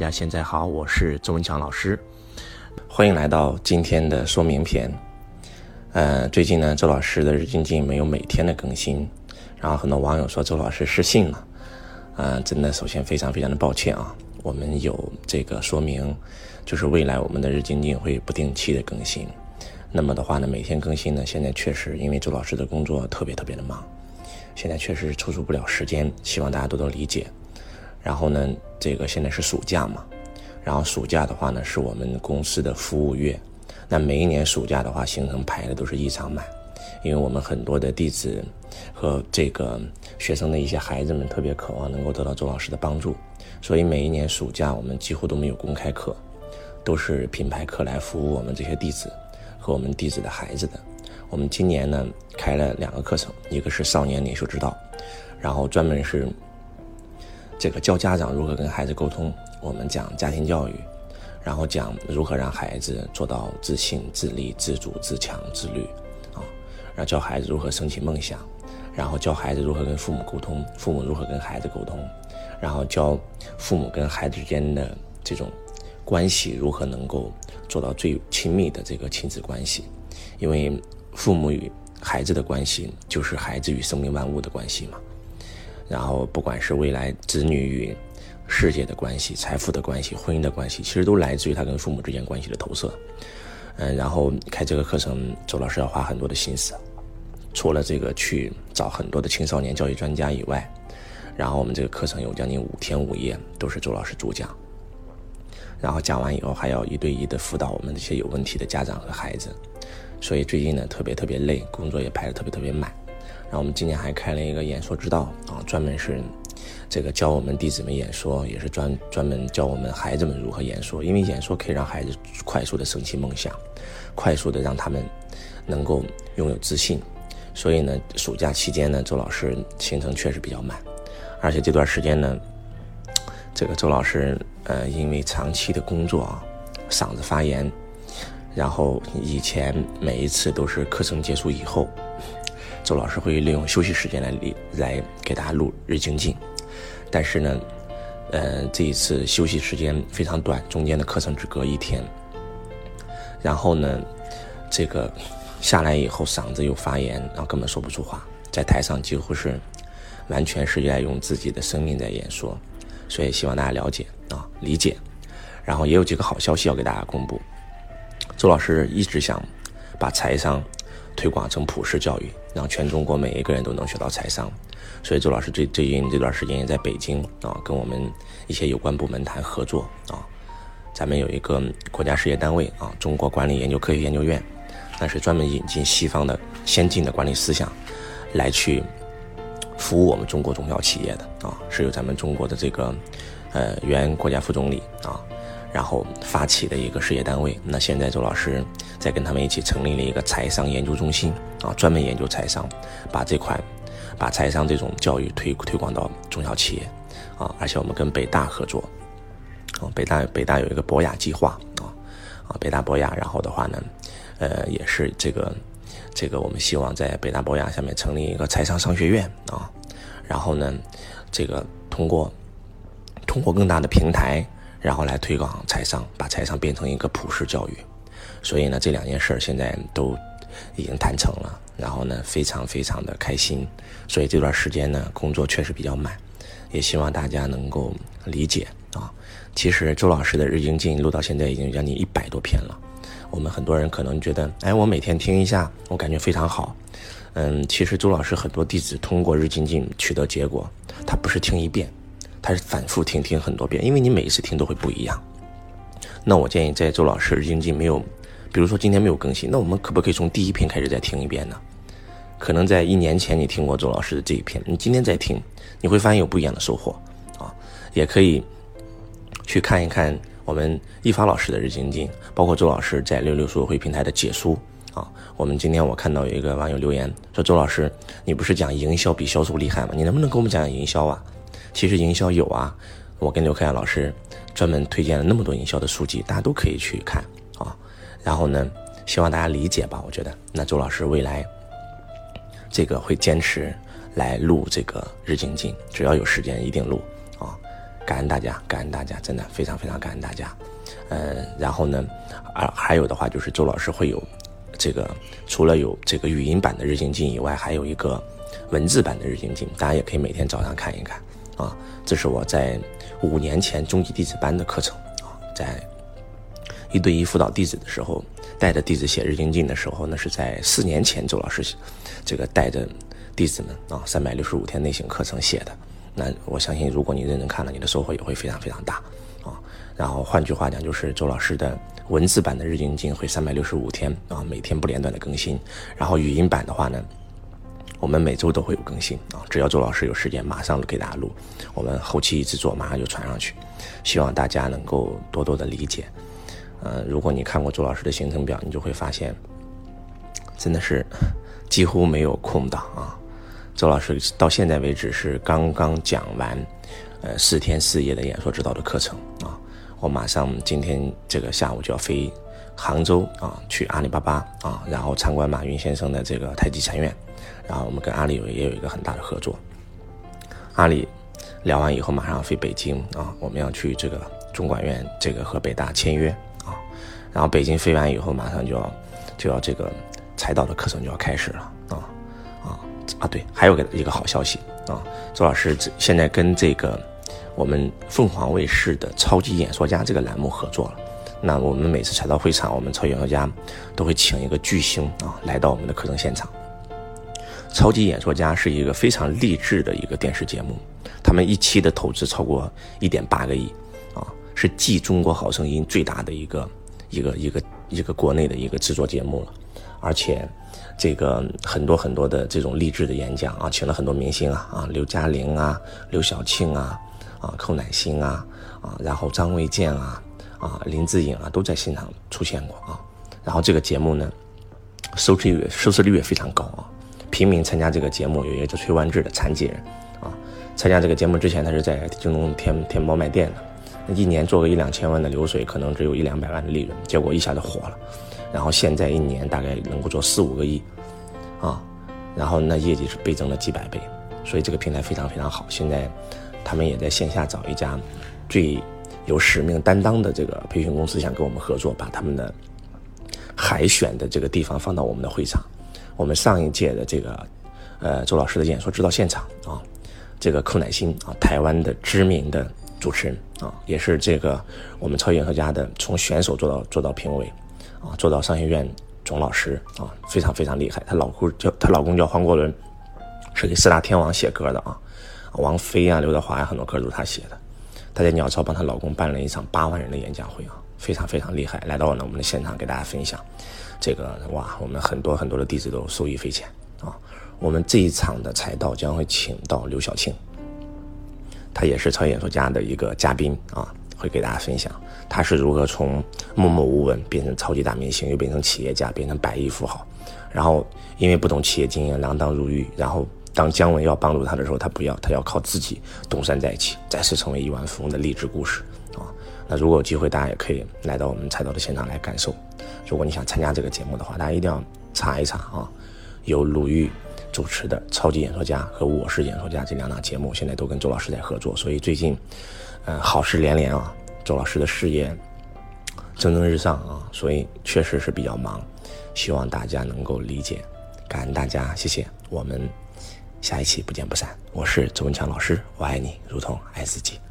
大家现在好，我是周文强老师，欢迎来到今天的说明篇。最近呢，周老师的日精进没有每天的更新，然后很多网友说周老师失信了，真的首先非常非常的抱歉啊。我们有这个说明，就是未来我们的日精进会不定期的更新。那么的话呢，每天更新呢，现在确实因为周老师的工作特别的忙，现在确实抽出不了时间，希望大家都能理解。然后呢，这个现在是暑假嘛，然后暑假的话呢，是我们公司的服务月。那每一年暑假的话，行程排的都是异常满，因为我们很多的弟子和这个学生的一些孩子们特别渴望能够得到周老师的帮助，所以每一年暑假我们几乎都没有公开课，都是品牌课来服务我们这些弟子和我们弟子的孩子的。我们今年呢开了2个课程，一个是少年领袖之道，然后专门是这个教家长如何跟孩子沟通，我们讲家庭教育，然后讲如何让孩子做到自信、自立、自主、自强、自律然后教孩子如何升起梦想，然后教孩子如何跟父母沟通，父母如何跟孩子沟通，然后教父母跟孩子之间的这种关系如何能够做到最亲密的这个亲子关系。因为父母与孩子的关系就是孩子与生命万物的关系嘛。然后不管是未来子女与世界的关系、财富的关系、婚姻的关系，其实都来自于他跟父母之间关系的投射。然后开这个课程，周老师要花很多的心思，除了这个去找很多的青少年教育专家以外，然后我们这个课程有将近5天5夜都是周老师主讲，然后讲完以后还要1对1的辅导我们这些有问题的家长和孩子，所以最近呢特别累，工作也排得特别满。然后我们今年还开了一个演说之道专门是这个教我们弟子们演说，也是专门教我们孩子们如何演说，因为演说可以让孩子快速的升起梦想，快速的让他们能够拥有自信。所以呢，暑假期间呢，周老师行程确实比较满，而且这段时间呢，这个周老师因为长期的工作嗓子发炎，然后以前每一次都是课程结束以后，周老师会利用休息时间来给大家录日精进，但是呢，这一次休息时间非常短，中间的课程只隔1天，然后呢，这个下来以后嗓子又发炎，然后根本说不出话，在台上几乎是完全是在用自己的生命在演说，所以希望大家了解理解。然后也有几个好消息要给大家公布，周老师一直想把财商推广成普世教育，让全中国每一个人都能学到财商。所以周老师最近这段时间也在北京跟我们一些有关部门谈合作咱们有一个国家事业单位中国管理研究科学研究院，那是专门引进西方的先进的管理思想来去服务我们中国中小企业的是由咱们中国的这个原国家副总理然后发起的一个事业单位。那现在周老师在跟他们一起成立了一个财商研究中心专门研究财商，把财商这种教育推广到中小企业而且我们跟北大合作北大有一个博雅计划北大博雅，然后的话呢也是这个我们希望在北大博雅下面成立一个财商商学院然后呢这个通过更大的平台，然后来推广财商，把财商变成一个普世教育。所以呢这2件事现在都已经谈成了，然后呢非常的开心。所以这段时间呢工作确实比较满，也希望大家能够理解其实周老师的日精进录到现在已经将近100多篇了。我们很多人可能觉得我每天听一下我感觉非常好，其实周老师很多弟子通过日精进取得结果，他不是听1遍，他是反复听很多遍，因为你每一次听都会不一样。那我建议在周老师日精进没有，比如说今天没有更新，那我们可不可以从第1篇开始再听1遍呢？可能在1年前你听过周老师的这一篇，你今天再听，你会发现有不一样的收获也可以去看一看我们一发老师的日精进，包括周老师在66书友会平台的解书我们今天我看到有一个网友留言说，周老师你不是讲营销比销售厉害吗？你能不能跟我们讲营销其实营销有我跟刘克阳老师专门推荐了那么多营销的书籍，大家都可以去看然后呢希望大家理解吧。我觉得那周老师未来这个会坚持来录这个日精进，只要有时间一定录感恩大家，感恩大家，真的非常非常感恩大家。然后呢，还有的话就是周老师会有这个，除了有这个语音版的日精进以外，还有一个文字版的日精进，大家也可以每天早上看一看啊。这是我在5年前中级弟子班的课程啊，在1对1辅导弟子的时候，带着弟子写日精进的时候，那是在4年前周老师这个带着弟子们啊365天内省课程写的。那我相信如果你认真看了，你的收获也会非常非常大啊。然后换句话讲，就是周老师的文字版的日精进会365天啊，每天不间断的更新。然后语音版的话呢，我们每周都会有更新啊，只要周老师有时间，马上给大家录，我们后期一制作，马上就传上去。希望大家能够多多的理解。如果你看过周老师的行程表，你就会发现，真的是几乎没有空档啊。周老师到现在为止是刚刚讲完4天4夜的演说指导的课程啊，我马上今天这个下午就要飞杭州啊，去阿里巴巴啊，然后参观马云先生的这个太极禅院，然后我们跟阿里也有一个很大的合作。阿里聊完以后马上飞北京啊，我们要去这个中管院这个和北大签约啊，然后北京飞完以后马上就要这个财道的课程就要开始了对，还有一个好消息啊，周老师现在跟这个我们凤凰卫视的超级演说家这个栏目合作了。那我们每次财道会场，我们超级演说家都会请一个巨星啊来到我们的课程现场。超级演说家是一个非常励志的一个电视节目，他们1期的投资超过1.8个亿啊，是继中国好声音最大的一个国内的一个制作节目了。而且这个很多的这种励志的演讲啊，请了很多明星啊，刘嘉玲啊，刘晓庆啊，寇乃馨啊，然后张卫健啊，林志颖啊，都在现场出现过啊。然后这个节目呢，收视率也非常高啊。平民参加这个节目有一个叫崔万志的残疾人啊，参加这个节目之前他是在京东天猫卖店的，一年做个1-2千万的流水，可能只有100-200万的利润，结果一下就火了。然后现在1年大概能够做4-5个亿啊，然后那业绩是倍增了几百倍，所以这个平台非常非常好。现在他们也在线下找一家最有使命担当的这个培训公司，想跟我们合作，把他们的海选的这个地方放到我们的会场。我们上一届的这个周老师的演说指导现场啊，这个寇乃馨啊，台湾的知名的主持人啊，也是这个我们超级演说家的从选手做到评委啊，做到商学院总老师啊，非常非常厉害。她老公叫黄国伦，是给4大天王写歌的啊，王菲啊、刘德华啊，很多歌都是他写的。她在鸟巢帮她老公办了一场8万人的演讲会啊，非常非常厉害，来到了我们的现场给大家分享。这个我们很多的弟子都受益匪浅啊。我们这一场的财道将会请到刘晓庆，他也是超级演说家的一个嘉宾啊，会给大家分享他是如何从默默无闻变成超级大明星，又变成企业家，变成100亿富豪。然后因为不懂企业经营，锒铛入狱，然后当姜文要帮助他的时候，他不要，他要靠自己东山再起，再次成为亿万富翁的励志故事啊。那如果有机会，大家也可以来到我们财道的现场来感受。如果你想参加这个节目的话，大家一定要查一查啊，由鲁豫主持的超级演说家和我是演说家这2档节目，现在都跟周老师在合作，所以最近好事连连啊，周老师的事业蒸蒸日上啊，所以确实是比较忙，希望大家能够理解，感恩大家，谢谢，我们下一期不见不散。我是周文强老师，我爱你如同爱自己。